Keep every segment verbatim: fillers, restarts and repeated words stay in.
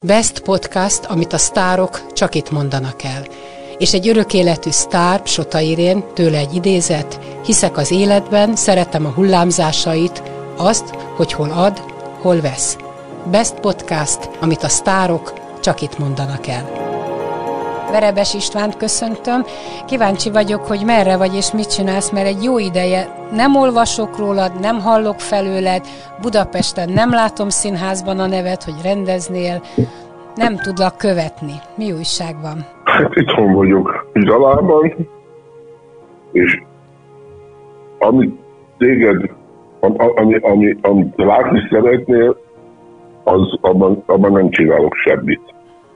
Best Podcast, amit a sztárok csak itt mondanak el. És egy örökéletű sztár, Psota Irén, tőle egy idézet: hiszek az életben, szeretem a hullámzásait, azt, hogy hol ad, hol vesz. Best Podcast, amit a sztárok csak itt mondanak el. Verebes Istvánt köszöntöm. Kíváncsi vagyok, hogy merre vagy és mit csinálsz, mert egy jó ideje nem olvasok rólad, nem hallok felőled, Budapesten nem látom színházban a nevet, hogy rendeznél, nem tudlak követni. Mi újság van? Hát itthon vagyok Zsalában, és amit téged, ami, ami, amit látni szeretnél, az abban, abban nem csinálok semmit.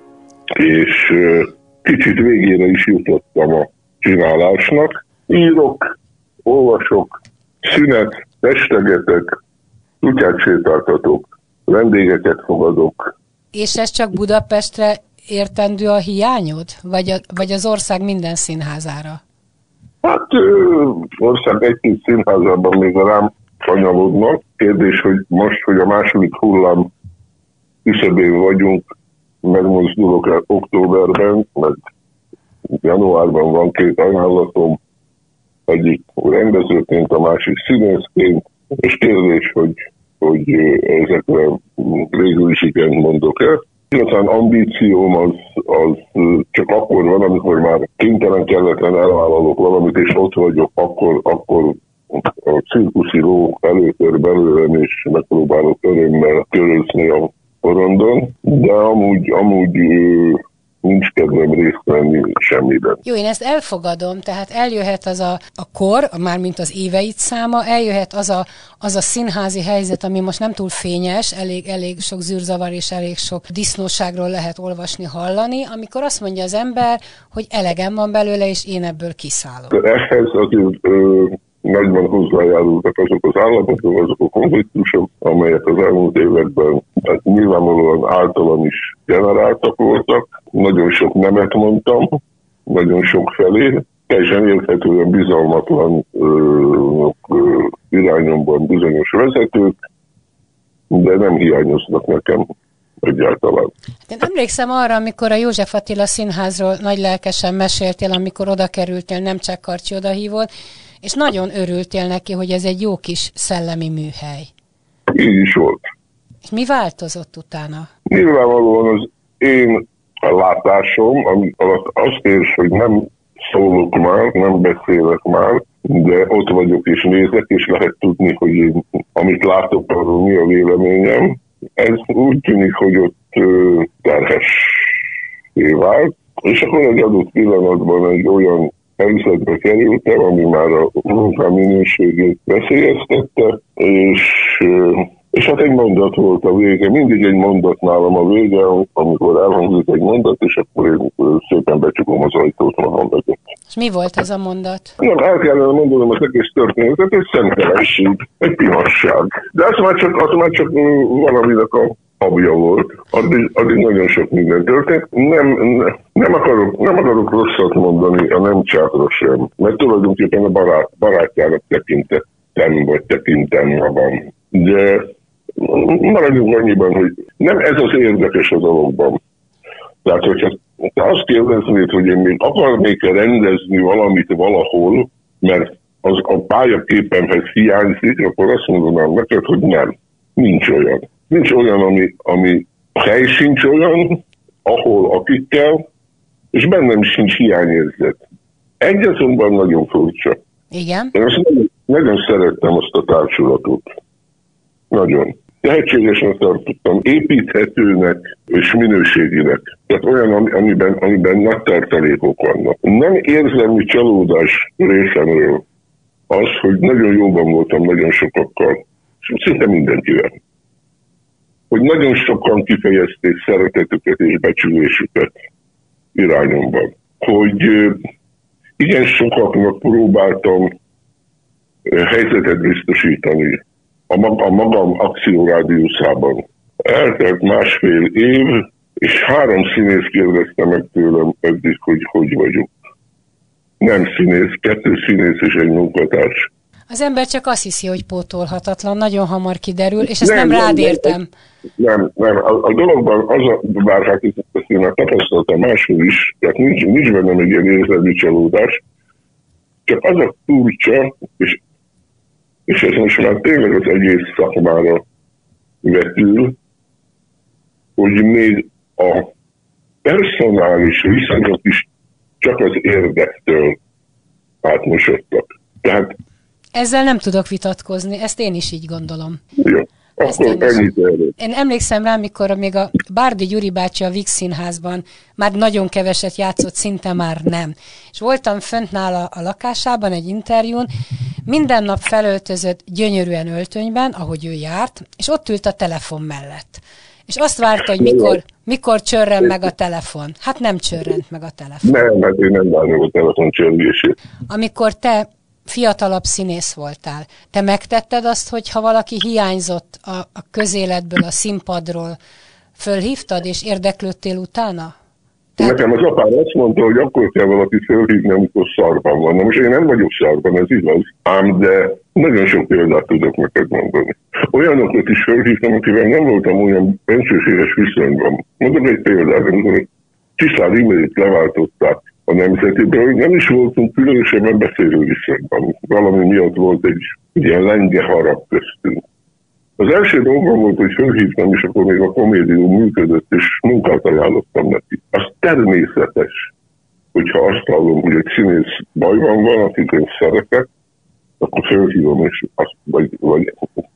És kicsit végére is jutottam a csinálásnak. Írok, olvasok, szünet, testegetek, kutyát sétáltatok, vendégeket fogadok. És ez csak Budapestre értendő a hiányod? Vagy, a, vagy az ország minden színházára? Hát ország egy-két színházában még rám kanyalodnak. Kérdés, hogy most, hogy a második hullám küszöbén vagyunk, megmozdulok el októberben, meg januárban van két ajánlatom, egyik rendezőként, a másik színészként, és kérdés, hogy, hogy ezekre végül is igen mondok el. Igazán ambícióm az, az csak akkor van, amikor már kénytelen kelletlen elvállalok valamit, és ott vagyok, akkor, akkor a cirkuszi ló előtör belőlem, és megpróbálok örömmel körözni a porondon, de amúgy, amúgy nincs kedvem részt venni semmiben. Jó, én ezt elfogadom, tehát eljöhet az a, a kor, mármint az éveid száma, eljöhet az a, az a színházi helyzet, ami most nem túl fényes, elég, elég sok zűrzavar és elég sok disznóságról lehet olvasni, hallani, amikor azt mondja az ember, hogy elegem van belőle, és én ebből kiszállok. De ehhez azért ö, nagyban hozzájárultak azok az állapotok, azok a konfliktusok, amelyek az elmúlt években hát nyilvánvalóan általam is generáltak voltak. Nagyon sok nemet mondtam, nagyon sok felé, teljesen érthetően bizalmatlan ö, ö, irányomban bizonyos vezetők, de nem hiányoznak nekem egyáltalán. Én emlékszem arra, amikor a József Attila Színházról nagy lelkesen meséltél, amikor oda kerültél, nem csak Karcsi odahívott, és nagyon örültél neki, hogy ez egy jó kis szellemi műhely. Így is volt. És mi változott utána? Nyilvánvalóan az én látásom, ami alatt azt érsz, hogy nem szólok már, nem beszélek már, de ott vagyok és nézek, és lehet tudni, hogy én, amit látok, arról mi a véleményem. Ez úgy tűnik, hogy ott ö, terhessé vált, és akkor egy adott pillanatban egy olyan helyzetbe kerültem, ami már a munkám minőségét veszélyeztette, és, és hát egy mondat volt a vége. Mindig egy mondat nálam a vége, amikor elhangzik egy mondat, és akkor én szépen becsukom az ajtót magam mögött. És mi volt ez a mondat? Nem, el kellene mondanom az egész történetet, egy szemtelenség, egy pimasság. De az már csak, az már csak valaminek a abja volt. Addig, addig nagyon sok minden történt. Nem, nem, akarok, nem akarok rosszat mondani a nem csátra sem, mert tulajdonképpen a barát, barátjának tekintettem, vagy tekintem magam. De maradjunk annyiban, hogy nem ez az érdekes a dologban. Tehát, hogyha te azt kérdeznéd, hogy én még akarnék rendezni valamit valahol, mert az a pályaképemhez hiányzik, akkor azt mondanám neked, hogy nem. Nincs olyan. Nincs olyan, ami, ami a hely sincs olyan, ahol akikkel, és bennem sincs hiányérzet. Egy azonban nagyon furcsa. Igen? Én azt nagyon, nagyon szerettem azt a társulatot. Nagyon. Tehetségesen tartottam, építhetőnek és minőséginek. Tehát olyan, amiben, amiben nagy tartalékok vannak. Nem érzelmi csalódás részemről az, hogy nagyon jóban voltam nagyon sokakkal, szinte mindenkivel. Hogy nagyon sokan kifejezték szeretetüket és becsülésüket irányomban. Hogy igen sokaknak próbáltam helyzetet biztosítani a, mag- a magam akciórádiuszában. Eltelt másfél év, és három színész kérdezte meg tőlem eddig, hogy hogy vagyok. Nem színész, kettő színész és egy munkatárs. Az ember csak azt hiszi, hogy pótolhatatlan, nagyon hamar kiderül, és ezt nem, nem rád értem. Nem, nem. A, a dologban az a, bár hát ezt én már tapasztaltam máshol is, tehát nincs, nincs benne még ilyen érzelmi csalódás, csak az a furcsa, és, és ez most már tényleg az egész szakmára vetül, hogy még a personális viszonyok is csak az érdektől átmosodtak. Tehát ezzel nem tudok vitatkozni, ezt én is így gondolom. Jó, akkor ennyit erről. Én emlékszem rá, mikor még a Bárdi Gyuri bácsi a Víg Színházban már nagyon keveset játszott, szinte már nem. És voltam fönt nála a lakásában egy interjún, minden nap felöltözött gyönyörűen öltönyben, ahogy ő járt, és ott ült a telefon mellett. És azt várta, hogy mikor, mikor csörren meg a telefon. Hát nem csörrent meg a telefon. Nem, hát én nem várom a telefon csörgését. Amikor te fiatalabb színész voltál, te megtetted azt, hogy ha valaki hiányzott a, a közéletből, a színpadról, fölhívtad és érdeklődtél utána? Tehát... Nekem az apám azt mondta, hogy akkor kell valaki fölhívni, amikor szarban van. Na most én nem vagyok szarban, ez igaz, ám de nagyon sok példát tudok neked mondani. Olyanokat is fölhívtam, akivel nem voltam olyan bensőséges viszonyban. Mondok egy példát, amikor Csiszár Imrét leváltották a Nemzetiből, hogy nem is voltunk különösebben beszélő viszonyban. Valami miatt volt egy ilyen lenge harag köztünk. Az első dolgom volt, hogy fölhívtam, és akkor még a komédium működött, és munkát ajánlottam neki. Az természetes, hogyha azt hallom, hogy egy színész bajban van, akit én szeretek, akkor fölhívom, és azt, vagy, vagy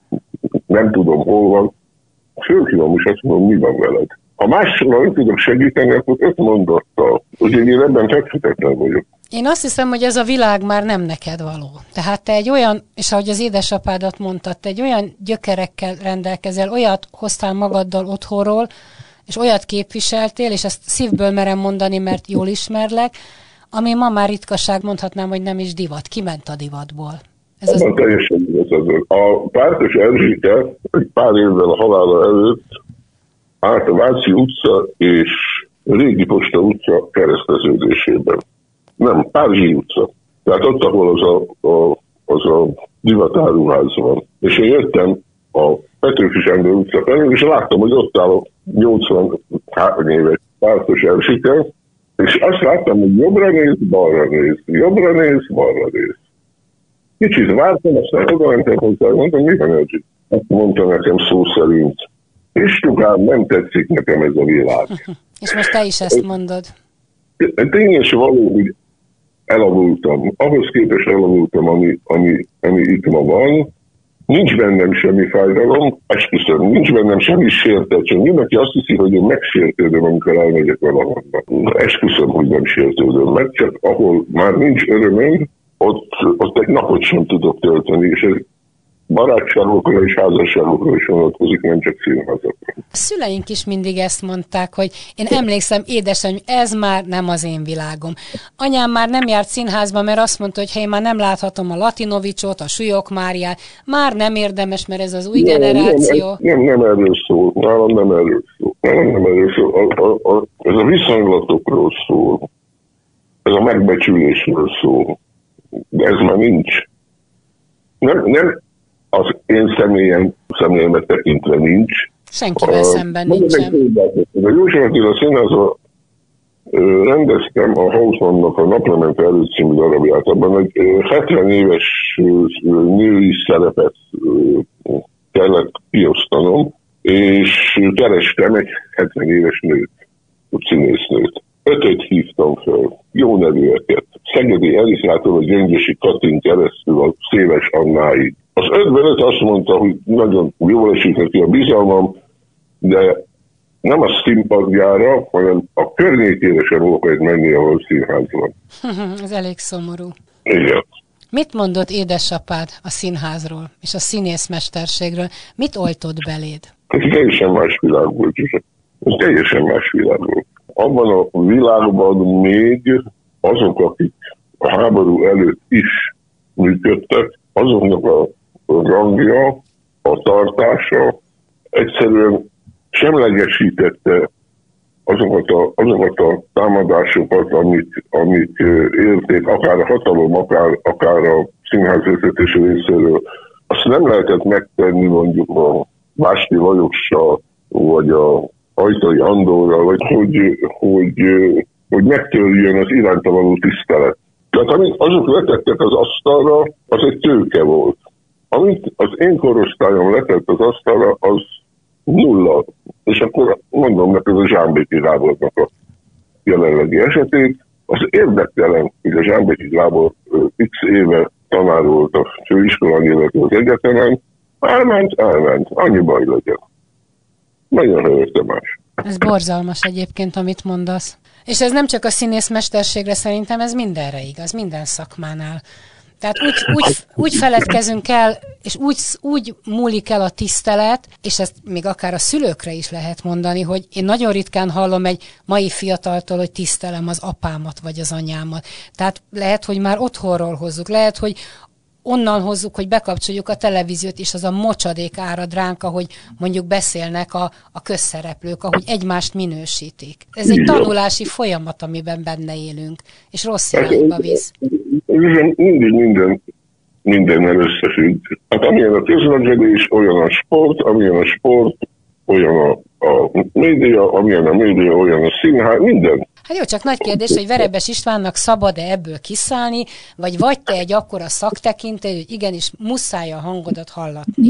nem tudom, hol van, fölhívom, és azt mondom, mi van veled. Ha mással nem tudok segíteni, akkor öt mondattal, hogy én ebben fekszetetlen vagyok. Én azt hiszem, hogy ez a világ már nem neked való. Tehát te egy olyan, és ahogy az édesapádat mondtad, te egy olyan gyökerekkel rendelkezel, olyat hoztál magaddal otthonról, és olyat képviseltél, és ezt szívből merem mondani, mert jól ismerlek, ami ma már ritkaság, mondhatnám, hogy nem is divat. Kiment a divatból. Ez az... Teljesen igaz. A Pártos Erzsike egy pár évvel a halála előtt állt a Váci utca és Régi Posta utca kereszteződésében. Nem, Párzsi utca. Tehát ott, ahol az a, a, az a divatáruház van. És én jöttem a Petőfi Sándor utca felé, és láttam, hogy ott áll a nyolcvanhárom éves Pártos Erzsike, és azt láttam, hogy jobbra néz, balra néz, jobbra néz, balra néz. Kicsit vártam, aztán oda mentem hozzá, mondtam, mi van Erzsike? Azt mondta nekem szó szerint, Istukám, nem tetszik nekem ez a világ. És most te is ezt mondod. Tényleg való, hogy elavultam. Ahhoz képest elavultam, ami, ami, ami itt ma van. Nincs bennem semmi fájdalom, esküszöm, nincs bennem semmi sértettség. Mindenki azt hiszi, hogy én megsértődöm, amikor elmegyek valahonnan. Esküszöm, hogy nem sértődöm meg, csak ahol már nincs örömöm, ott, ott egy napot sem tudok tölteni, és ez barátságokra és házasságokra is vonatkozik, nem csak színházakra. A szüleink is mindig ezt mondták, hogy én emlékszem, édesanyám, ez már nem az én világom. Anyám már nem járt színházba, mert azt mondta, hogy ha én már nem láthatom a Latinovicsot, a Súlyog Máriát, már nem érdemes, mert ez az új nem, generáció. Nem, nem, nem erről szól, nálam nem erről szól. Nálam nem erről szól. A, a, a, ez a viszonylatokról szól. Ez a megbecsülésről szól. De ez már nincs. Nem, nem az én személyem, személyemet tekintve nincs. Senkivel a, szemben nincsen. A József Attila Színházban rendeztem a Hausmannnak a Naplement előtt című darabját. Abban egy hetven éves női szerepet kellett kiosztanom, és kerestem egy hetven éves nőt, színésznőt. Ötöt hívtam fel, jó nevűeket. Szegedi Elisától a Gyöngyösi Katin keresztül a Széles Annáig. Az ötben öt azt mondta, hogy nagyon jól esik neki a bizalmam, de nem a színpadjára, hanem a környékére sem akarod menni, ahol színház van. Ez elég szomorú. Igen. Mit mondott édesapád a színházról és a színészmesterségről? Mit oltott beléd? Ez teljesen más világ volt. Ez teljesen más világ volt. Abban a világban még azok, akik a háború előtt is működtek, azoknak a rangja, a tartása egyszerűen semlegesítette azokat a, azokat a támadásokat, amit, amit érték, akár a hatalom, akár, akár a színházvezetés részéről. Azt nem lehetett megtenni mondjuk a Vásti Lajossal, vagy a Ajtai Andorral, vagy hogy, hogy, hogy megtörjön az iránta való tisztelet. Tehát amit azok letettek az asztalra, az egy tőke volt. Amit az én korosztályom letett az asztalra, az nulla. És akkor mondom neked a Zsámbéki Gábornak a jelenlegi esetét. Az érdektelen, hogy a Zsámbéki Gábor x éve tanár volt a főiskolán, illetve az egyetemen, elment, elment, annyi baj legyen. Nagyon helyette más. Ez borzalmas egyébként, amit mondasz. És ez nem csak a színészmesterségre, szerintem ez mindenre igaz, minden szakmánál. Tehát úgy, úgy, úgy feledkezünk el, és úgy, úgy múlik el a tisztelet, és ezt még akár a szülőkre is lehet mondani, hogy én nagyon ritkán hallom egy mai fiataltól, hogy tisztelem az apámat vagy az anyámat. Tehát lehet, hogy már otthonról hozzuk, lehet, hogy onnan hozzuk, hogy bekapcsoljuk a televíziót, és az a mocsadék árad ránk, ahogy mondjuk beszélnek a, a közszereplők, ahogy egymást minősítik. Ez egy tanulási folyamat, amiben benne élünk, és rossz irányba visz. Mindig minden, mindennel összefügg. Hát amilyen a közlekedés, olyan a sport, amilyen a sport, olyan a, a média, amilyen a média, olyan a színház, minden. Hát jó, csak nagy kérdés, hogy Verebes Istvánnak szabad-e ebből kiszállni, vagy vagy te egy akkora szaktekintély, hogy igenis muszáj a hangodat hallatni.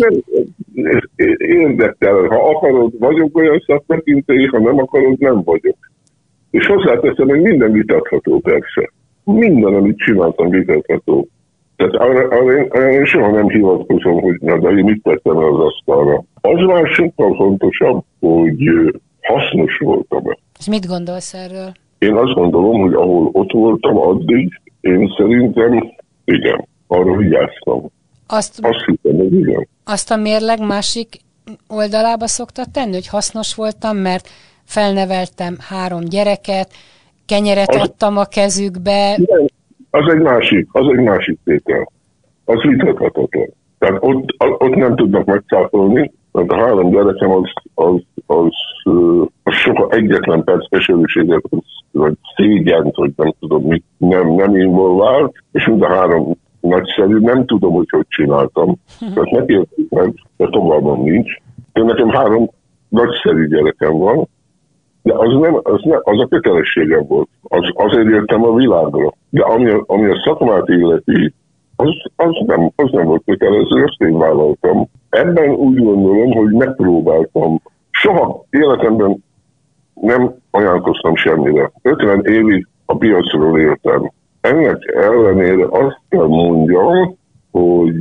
Érdekel, ha akarod, vagyok olyan szaktekintély, ha nem akarod, nem vagyok. És hozzáteszem, hogy minden vitatható persze. Minden, amit csináltam, vitatható. Tehát arra, arra én, arra én soha nem hivatkozom, hogy na, de én mit tettem el az asztalra. Az már sokkal fontosabb, hogy hasznos voltam-e. És mit gondolsz erről? Én azt gondolom, hogy ahol ott voltam addig, én szerintem igen, arra vigyáztam. Azt, azt hittem, hogy igen. Azt a mérleg másik oldalába szoktad tenni, hogy hasznos voltam, mert felneveltem három gyereket, kenyeret az, adtam a kezükbe. Nem, az egy másik, az egy másik tétel. Az vitathatatlan. Tehát ott, ott nem tudnak megcáfolni, mert a három gyerekem az, az, az, az sokkal egyetlen perc keserűséget, vagy szégyent, vagy nem tudom mit, nem, nem involvált, és mind a három nagyszerű, nem tudom, hogy hogy csináltam. Tehát ne kérdezik meg, de továbbam nincs. De nekem három nagyszerű gyerekem van, de az, nem, az, nem, az a kötelességem volt. Az, azért jöttem a világra. De ami a, ami a szakmát illeti, az, az, nem, az nem volt kötelező, azt én vállaltam. Ebben úgy gondolom, hogy megpróbáltam. Soha életemben nem ajánlkoztam semmire. ötven évig a piacról éltem. Ennek ellenére azt kell mondjam, hogy,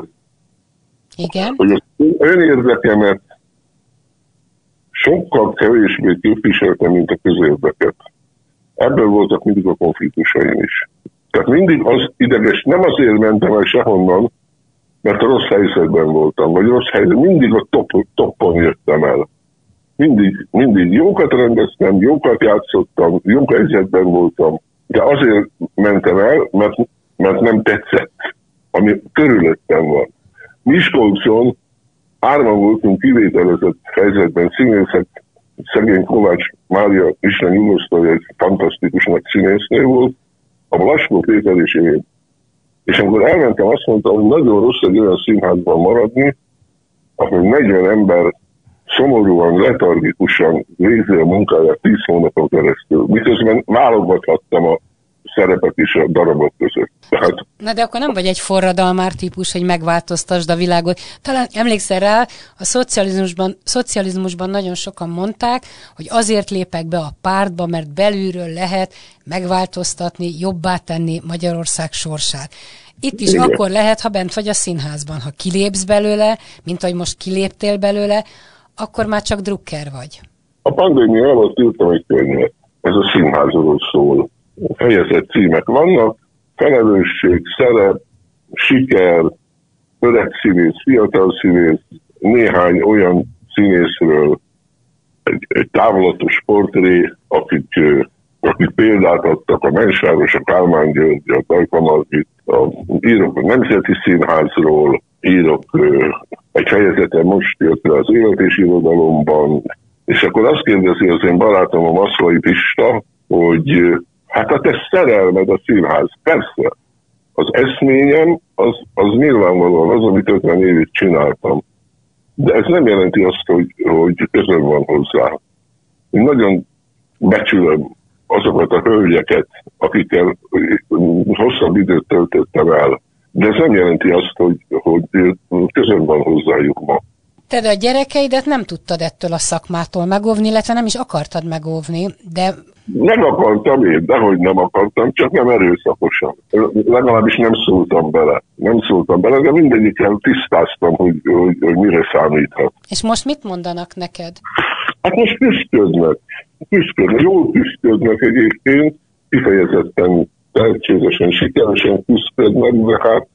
igen? hogy az önérdekemet sokkal kevésbé képviseltem, mint a közérdeket. Ebből voltak mindig a konfliktusaim is. Tehát mindig az ideges, nem azért mentem el sehonnan, mert a rossz helyzetben voltam, vagy rossz helyzetben, mindig a top, toppon jöttem el. Mindig, mindig jókat rendeztem, jókat játszottam, jó helyzetben voltam, de azért mentem el, mert, mert nem tetszett, ami körülöttem van. Miskolcon hárman voltunk kivételezett helyzetben színészek, szegény Kovács Mária, Isten nyugosztalja, egy fantasztikus nagy színésznő volt, a Blaskó Péter és én. És amikor elmentem, azt mondtam, hogy nagyon rossz egy olyan színházban maradni, ahol negyven ember szomorúan, letargikusan végzi a munkáját tíz hónapon keresztül. Miközben válogathattam a szerepet is a darabok között. Tehát... Na de akkor nem vagy egy forradalmár típus, hogy megváltoztasd a világot. Talán emlékszel rá, a szocializmusban, szocializmusban nagyon sokan mondták, hogy azért lépek be a pártba, mert belülről lehet megváltoztatni, jobbá tenni Magyarország sorsát. Itt is igen. Akkor lehet, ha bent vagy a színházban. Ha kilépsz belőle, mint ahogy most kiléptél belőle, akkor már csak drukker vagy. A pandémia alatt írtam egy könyvet. Ez a színházról szól. Fejezett címek vannak, felelősség, szerep, siker, öreg színész, fiatal színész, néhány olyan színészről, egy, egy távolatos portré, akik, akik példát adtak, a Mensáros, a Kálmán György, a Tajka Margit, a, írok a Nemzeti Színházról, írok egy fejezeten most jött le az Élet és Irodalomban, és akkor azt kérdezi az én barátom, a Maszlai Pista, hogy hát a te szerelmed a színház. Persze. Az eszményem az, az nyilvánvalóan az, amit ötven évig csináltam. De ez nem jelenti azt, hogy, hogy közön van hozzá. Én nagyon becsülöm azokat a hölgyeket, akikkel hosszabb időt töltöttem el. De ez nem jelenti azt, hogy, hogy közön van hozzájuk ma. Te de a gyerekeidet nem tudtad ettől a szakmától megóvni, illetve nem is akartad megóvni, de... Nem akartam én, dehogy nem akartam, csak nem erőszakosan. Legalábbis nem szóltam bele. Nem szóltam bele, de mindegyikkel tisztáztam, hogy, hogy, hogy mire számíthat. És most mit mondanak neked? Hát most küzdködnek. Küzdködnek. Jól küzdködnek egyébként, kifejezetten tehetségesen, sikeresen küzdködnek, de hát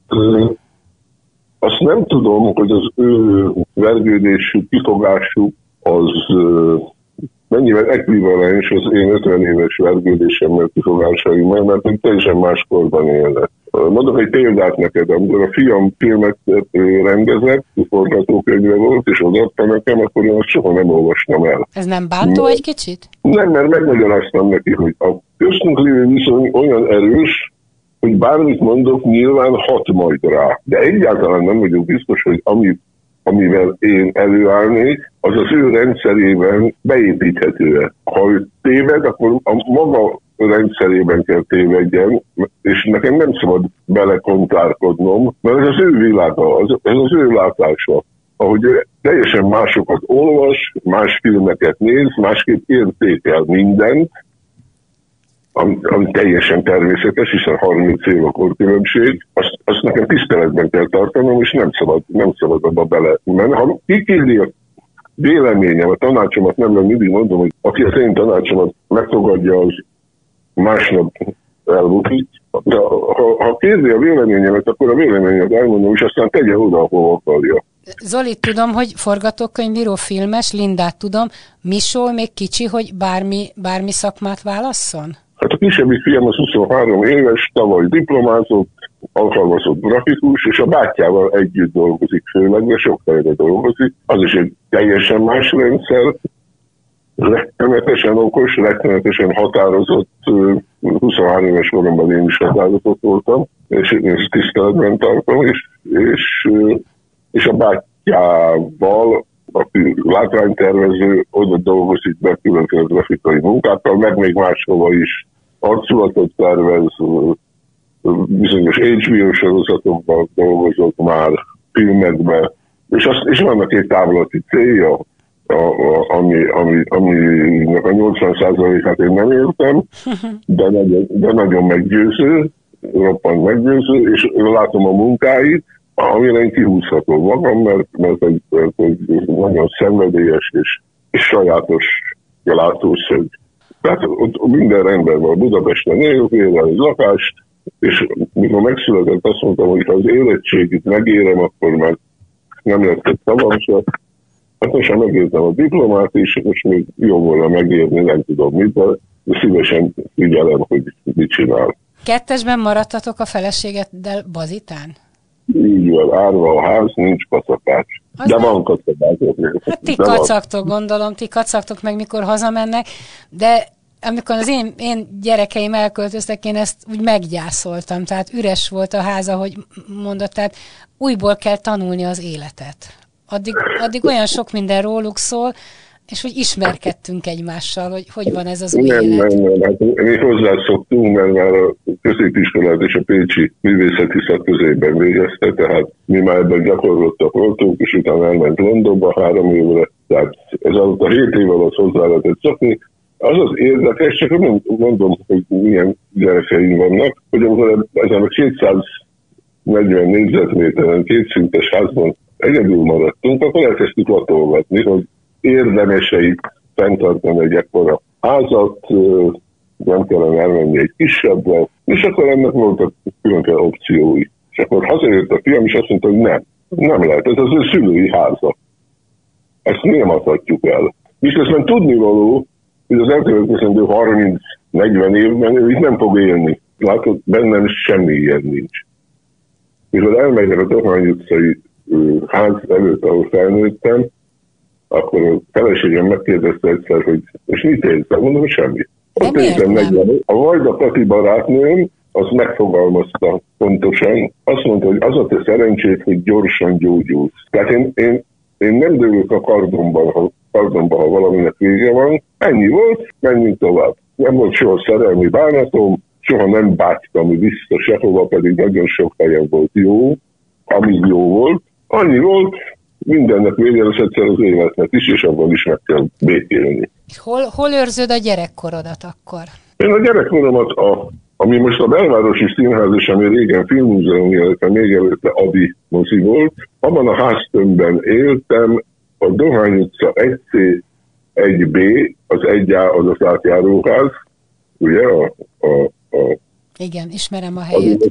azt nem tudom, hogy az ő vergődésük, kifogásuk az mennyivel ekvivalens az én ötven éves vergődésemmel, kifogásaimmal, mert egy teljesen más korban élnek. Mondok egy példát neked, amikor a fiam filmet rendezett, forgatókönyve volt, és odaadta nekem, akkor én azt soha nem olvastam el. Ez nem bántó egy kicsit? Nem, mert megmagyaráztam neki, hogy a köztünk lévő viszony olyan erős, hogy bármit mondok, nyilván hat majd rá. De egyáltalán nem vagyok biztos, hogy ami, amivel én előállnék, az az ő rendszerében beépíthető-e. Ha ő téved, akkor a maga rendszerében kell tévedjen, és nekem nem szabad belekontárkodnom, mert ez az ő világa, az, ez az ő látása. Ahogy teljesen másokat olvas, más filmeket néz, másképp értékel mindent, ami, ami teljesen természetes, hiszen harminc év a korkülönbség, azt, azt nekem tiszteletben kell tartanom, és nem szabad, nem szabad abba bele. Mert ha kikéri a véleményem, a tanácsomat, nem nem mindig mondom, hogy aki az én tanácsomat megfogadja, az másnap elbukik. De ha, ha kérdi a véleményemet, akkor a véleményemet elmondom, és aztán tegye oda, ahol akarja. Zoli, tudom, hogy forgatókönyvíró, filmes, Lindát tudom. Misol még kicsi, hogy bármi, bármi szakmát válasszon? Hát a kisebbik fiam az huszonhárom éves, tavaly diplomázott, alkalmazott grafikus, és a bátyjával együtt dolgozik főleg, de sok helyre dolgozik. Az is egy teljesen más rendszer, rettenetesen okos, rettenetesen határozott, huszonhárom éves koromban én is határozott voltam, és én ezt tiszteletben tartom, és, és, és a bátyjával, aki látványtervező, oda dolgozik be különféle grafikai munkákkal, meg még máshova is arculatot tervez, bizonyos há bé o sorozatokban dolgozott már, filmekben, és, azt, és vannak egy távlati célja, a, a, ami, ami, aminek a nyolcvan százalékát én nem értem, de nagyon, de nagyon meggyőző, roppant meggyőző, és látom a munkáit, amire én kihúzhatom magam, mert, mert egy, mert egy nagyon szenvedélyes és, és sajátos látószög. Tehát ott minden rendben van. Budapesten élök, élve egy lakást, és mikor megszületett, azt mondtam, hogy ha az érettségit megérem, akkor már nem lett egy szavam se. Hát most sem megértem a diplomát is, most még jó volna megérni, nem tudom mit, de szívesen figyelem, hogy mit csinál. Kettesben maradtatok a feleségeddel Bazitán? Így van, árva a ház, nincs kacakács. Az de nem... van kacakács. Hát ti kacagtok, gondolom, ti kacagtok meg, mikor hazamennek, de amikor az én, én gyerekeim elköltöztek, én ezt úgy meggyászoltam, tehát üres volt a ház, ahogy mondott, tehát újból kell tanulni az életet. Addig, addig olyan sok minden róluk szól, és hogy ismerkedtünk egymással, hogy hogy van ez az új nem, élet. Nem, nem, hát mi hozzászoktunk, mert már a középiskolát és a Pécsi Művészeti Szakközépen végezte, tehát mi már ebben gyakorlottak voltunk, és utána elment Londonba három évre, tehát ez alatt a hét év alatt hozzá lehetett szokni. Az az érdekes, csak nem mondom, hogy milyen gyerekeim vannak, hogy amikor ezen a kétszáznegyven négyzetméteren kétszintes házban egyedül maradtunk, akkor elkezdtük latolgatni, hogy érdemeseit fenntartani egy ekkora házat, nem kellene elmenni egy kisebbre, és akkor ennek voltak különféle opciói. És akkor hazajött a fiam, és azt mondta, hogy nem, nem lehet, ez az ő szülői háza. Ezt nem adhatjuk el. Miközben tudnivaló, hogy az elkövetkezendő harminc-negyven évben ő itt nem fog élni. Látod, bennem semmi ilyen nincs. Mikor elmegyek a Dohány utcai ház előtt, ahol felnőttem, akkor a feleségem megkérdezte egyszer, hogy és mit érzel? Mondom, hogy semmi. Ott értem negyven. A Vajda Kati barátnőm az megfogalmazta pontosan. Azt mondta, hogy az a te szerencsét, hogy gyorsan gyógyulsz. Tehát én, én, én nem dőlök a kardomban, ha, kardomban, ha valaminek vége van. Ennyi volt, menjünk tovább. Nem volt soha szerelmi bánatom, soha nem vágytam vissza sehova, pedig nagyon sok helyen volt jó, amíg jó volt. Annyi volt, mindennek vége lesz egyszer az életnek is, és abban is meg kell békélni. Hol, hol őrzöd a gyerekkorodat akkor? Én a gyerekkoromat, a, ami most a Belvárosi Színház, és ami régen Filmmúzeum, illetve még előtte Adi mozi volt, abban a háztömbben éltem, a Dohány utca egy cé, egy bé, az egy á, az az átjáróház, ugye, a, a, a igen, ismerem a helyét.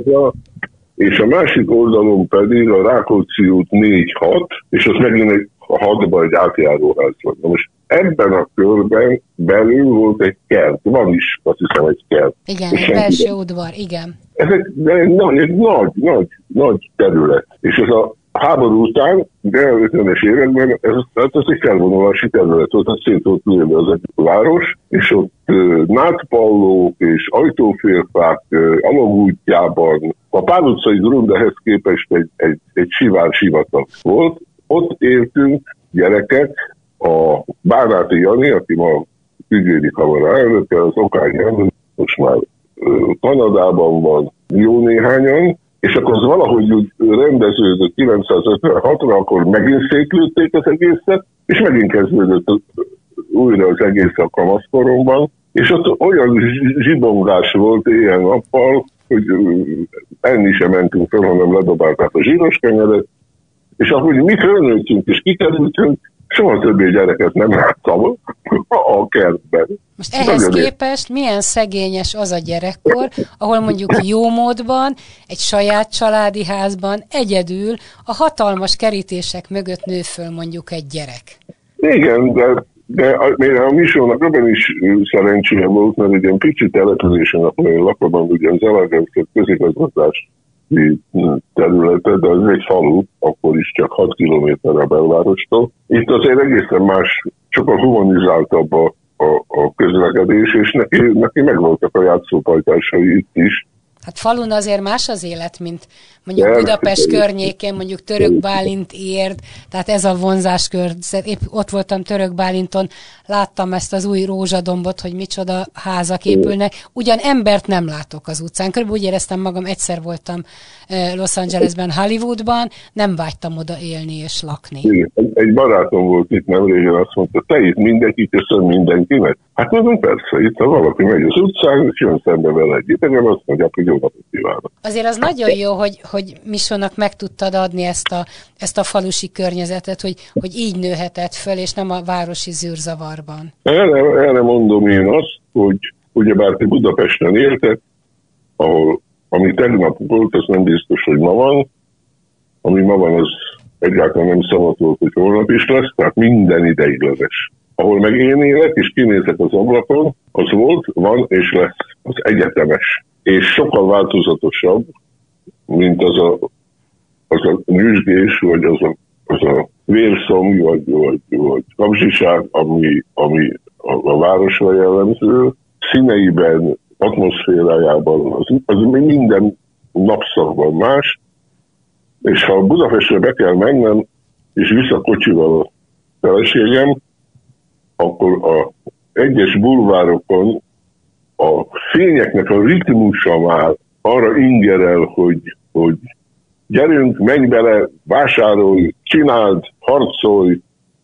És a másik oldalon pedig a Rákóczi út négy hat, és az megint egy a hatban egy átjáróház van. Na most ebben a körben belül volt egy kert, van is, azt hiszem, egy kert. Igen, egy belső udvar, igen. Ez egy, egy, nagy, egy nagy, nagy, nagy terület. És ez a háború után, de az ötvenes években, ez, ez egy felvonulási terület volt, az szét volt lőve az egy város, és ott uh, nátpallók és ajtófélfák uh, alagútjában, a Pál utcai Grundehez képest egy, egy, egy sivár sivatag volt. Ott éltünk gyerekek, a Báráti Jani, aki ma ügyvédi kamara elnöke, az Okány Jani, most már uh, Kanadában van jó néhányan, és akkor az valahogy úgy rendeződött kilencszázötvenhatra, akkor megint szétlőtték az egészet, és megint kezdődött újra az egész a kamaszkoromban, és ott olyan zsibongás volt éjjel-nappal, hogy enni sem mentünk fel, hanem ledobálták a zsíros kenyeret, és ahogy mi fölnőttünk és kikerültünk, soha többé gyereket nem láttam a kertben. Most ehhez Nagyon képest milyen szegényes az a gyerekkor, ahol mondjuk jó módban, egy saját családi házban egyedül a hatalmas kerítések mögött nő föl mondjuk egy gyerek. Igen, de, de a, a Misónak ebben is szerencséje volt, mert egy ilyen pici településen, ahol én lakom, ugye az Zalaegerszeg közigazgatás területe, de az egy falu, akkor is csak hat kilométerre a belvárostól. Itt azért egészen más, sokkal humanizáltabb a, a, a közlekedés, és neki, neki megvoltak a játszópajtásai itt is. Hát falun azért más az élet, mint mondjuk Budapest környékén, mondjuk Török Bálint Érd, tehát ez a vonzáskör, épp ott voltam Török Bálinton, láttam ezt az új rózsadombot, hogy micsoda házak épülnek, ugyan embert nem látok az utcán, körülbelül úgy éreztem magam, egyszer voltam Los Angelesben, Hollywoodban, nem vágytam oda élni és lakni. Igen. Egy barátom volt itt nemrégen, azt mondta, te itt mindenki köszön mindenkinek? Hát mondom, persze, itt ha valaki megy az utcán, és jön szembe vele egy idegen, azt mondja, hogy jó napot kívánok. Azért az nagyon jó, hogy, hogy Misónak meg tudtad adni ezt a, ezt a falusi környezetet, hogy, hogy így nőhetett föl, és nem a városi zűrzavarban. Erre, erre mondom én azt, hogy ugyebár ti Budapesten éltek, ahol ami tegnap volt, az nem biztos, hogy ma van. Ami ma van, az egyáltalán nem szabad volt, hogy holnap is lesz, tehát minden ideiglenes. Ahol meg én élek, és kinézek az ablakon, az volt, van és lesz az egyetemes. És sokkal változatosabb, mint az a, az a nyüzsgés, vagy az a, az a vérszomj, vagy, vagy, vagy kapzsiság, ami, ami a, a városra jellemző. Színeiben, atmoszférájában, az, az minden napszakban más, és ha Budapestre be kell mennem, és vissza kocsival a feleségem, akkor a egyes bulvárokon a fényeknek a ritmusa már arra ingerel, hogy, hogy gyerünk, menj bele, vásárolj, csináld, harcolj,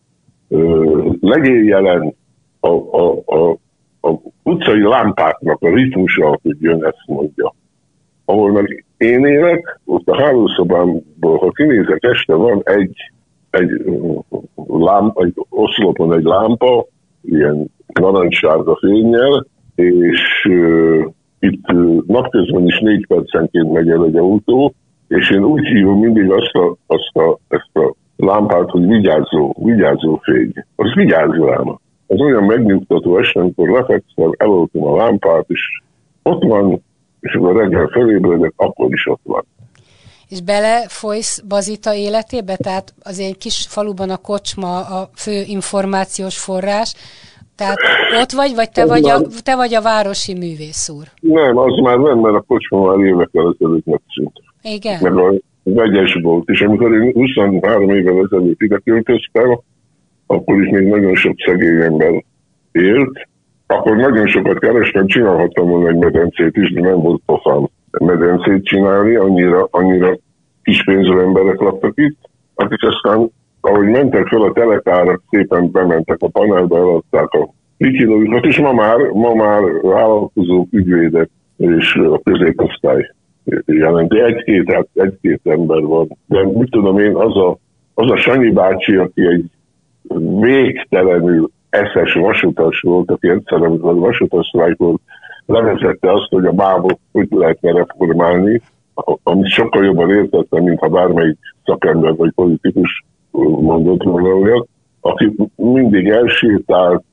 legyél jelen, a, a, a a utcai lámpáknak a ritmusa, hogy jön, ezt mondja. Ahol meg én élek, ott a hálószobámból, ha kinézek, este van egy, egy, lám, egy oszlopon egy lámpa, ilyen narancssárga fénnyel, és uh, itt uh, napközben is négy percenként megy el egy autó, és én úgy hívom mindig azt a, azt a, ezt a lámpát, hogy vigyázzó, vigyázzó fény. Az vigyázz rám. Ez olyan megnyugtató este, amikor lefekszem, eloltom a lámpát, és ott van, és akkor reggel felébredek, akkor is ott van. És belefolysz Bazita életébe? Tehát azért egy kis faluban a kocsma a fő információs forrás. Tehát ott vagy, vagy te, vagy a, te vagy a városi művész úr? Nem, az már nem, mert a kocsma már évekkel ezelőtt megszűnt. Igen? Meg a vegyes volt, és amikor én huszonhárom évvel ezelőtt ide költöztem, akkor is még nagyon sok szegény ember élt, akkor nagyon sokat kerestem, csinálhattam volna egy medencét is, de nem volt pofám medencét csinálni, annyira, annyira kis pénzű emberek laktak itt, akik aztán, ahogy mentek fel a telekárak, szépen bementek a panelbe, eladták a likilójukat, és ma már, ma már vállalkozók, ügyvédek és a középosztály jelenti. Egy-két, egy-két ember van. De mit tudom én, az a, az a Sanyi bácsi, aki egy végtelenül eszes vasutas volt, aki egyszer, amikor vasutas sztrájk volt, levezette azt, hogy a bábot hogy lehetne reformálni, amit sokkal jobban értettem, mintha bármelyik szakember vagy politikus mondott volna olyat, aki mindig elsétált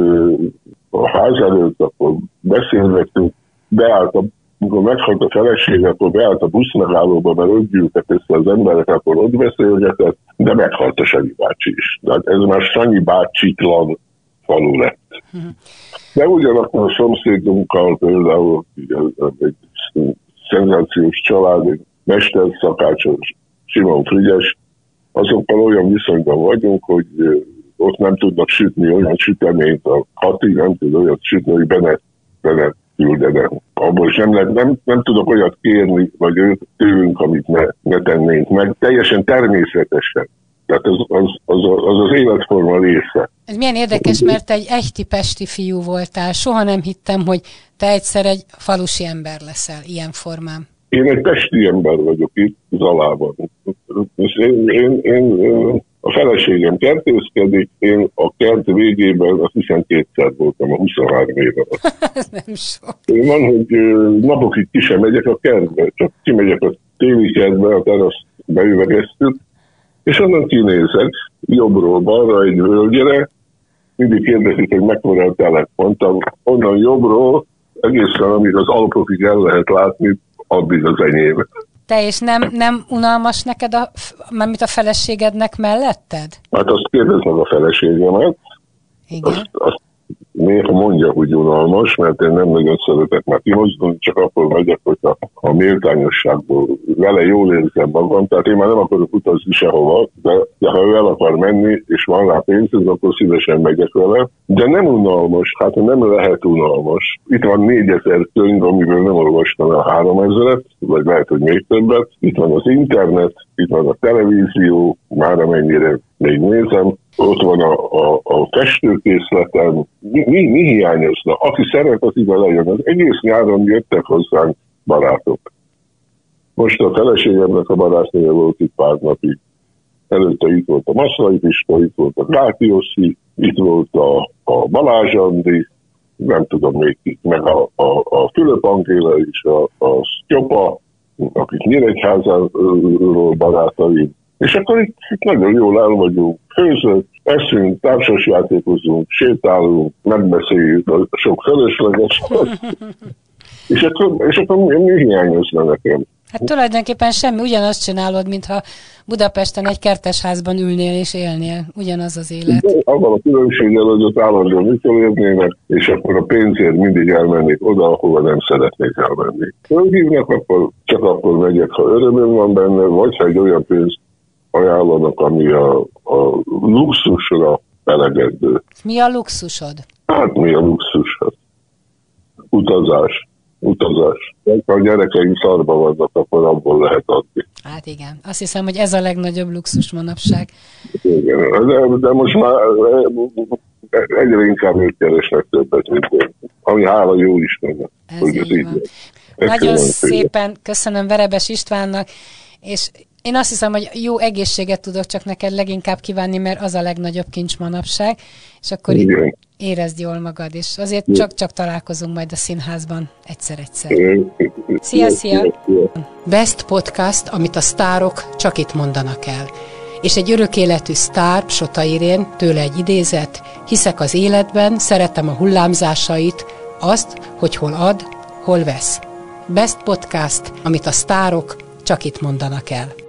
a ház előtt, akkor beszélgettünk, beállt a, amikor meghalt a felesége, akkor beállt a buszmegállóba, mert ott gyűltek össze az emberek, akkor ott beszélgetett, de meghalt a Sanyi bácsi is. Tehát ez már Sanyi bácsitlan falu lett. De ugyanakkor a szomszédunkkal például egy szenzációs család, egy mesterszakácsos Simon Frigyes, azokkal olyan viszonyban vagyunk, hogy ott nem tudnak sütni olyan süteményt, a Kati nem tud olyat sütni, hogy benne, benne küldene. Abból is nem, lehet, nem, nem tudok olyat kérni, vagy őt tőlünk, amit ne, ne tennénk meg. Teljesen természetesen. Tehát az az, az, az, az életforma része. Ez milyen érdekes, mert egy echte pesti fiú voltál. Soha nem hittem, hogy te egyszer egy falusi ember leszel ilyen formán. Én egy pesti ember vagyok itt, Zalában. Én, én, én, a feleségem kertészkedik, én a kert végében azt hiszem kétszer voltam a huszonhárom éve. Ez nem sok. Én van, hogy napokig ki sem megyek a kertbe, csak kimegyek a téli kertbe, a teraszt beüvegeztük, és onnan kinézek, jobbról balra egy völgyre, mindig kérdezik, hogy mekkora a telep. Mondtam, onnan jobbról, egészen amíg az Alpokig el lehet látni, addig az enyém. Te és nem, nem unalmas neked, a, mármint a feleségednek melletted? Hát azt kérdezd meg a feleségemet. Igen. Azt, azt néha mondja, hogy unalmas, mert én nem nagyon szeretek már kimozdulni, csak akkor megyek, hogy a, a méltányosságból vele jól érzem magam, tehát én már nem akarok utazni sehova, de, de ha ő el akar menni, és van rá pénz, akkor szívesen megyek vele. De nem unalmas, hát nem lehet unalmas. Itt van négyezer könyv, amiből nem olvastam el háromezret, vagy lehet, hogy még többet. Itt van az internet, itt van a televízió, már amennyire még nézem, ott van a, a, a festőkészletem. Mi, mi, mi hiányozna? Aki szeret, az ide lejön. Az egész nyáron jöttek hozzánk barátok. Most a feleségemnek a barátnője volt itt pár napig. Előtte itt volt a Maszlai Pista, itt volt a Gáti Oszi, itt volt a, a Balázs Andi, nem tudom még itt, meg a, a, a Fülöp Angéla is, a, a Sztyopa, akik Nyíregyházáról barátaim. És akkor itt, itt nagyon jól el vagyunk, főzünk, eszünk, társasjátékozunk, sétálunk, megbeszéljük a sok fölösleges. és akkor, és akkor mi, mi hiányozna nekem? Hát tulajdonképpen semmi, ugyanazt csinálod, mintha Budapesten egy kertesházban ülnél és élnél. Ugyanaz az élet. De abban a különbséggel, hogy ott állandóan ütölérnének, és akkor a pénzért mindig elmennék oda, ahova nem szeretnék elmenni. Fölhívnak, akkor csak akkor megyek, ha örömöm van benne, vagy ha egy olyan pénzt ajánlanak, ami a, a luxusra elegendő. Mi a luxusod? Hát mi a luxusod? Utazás. Utazás. Ha a gyerekeim szarba vannak, akkor abból lehet adni. Hát igen. Azt hiszem, hogy ez a legnagyobb luxus manapság. Igen. De, de most már egyre inkább ők keresnek többet, mint én. Ami hála jó Istennek. Ez így ez így van. Nagyon szépen köszönöm Verebes Istvánnak, és én azt hiszem, hogy jó egészséget tudok csak neked leginkább kívánni, mert az a legnagyobb kincs manapság, és akkor igen, érezd jól magad, és azért csak-csak találkozunk majd a színházban egyszer-egyszer. Szia, szia! Best Podcast, amit a sztárok csak itt mondanak el. És egy örök életű sztár, Sota Irén, tőle egy idézet: hiszek az életben, szeretem a hullámzásait, azt, hogy hol ad, hol vesz. Best Podcast, amit a sztárok csak itt mondanak el.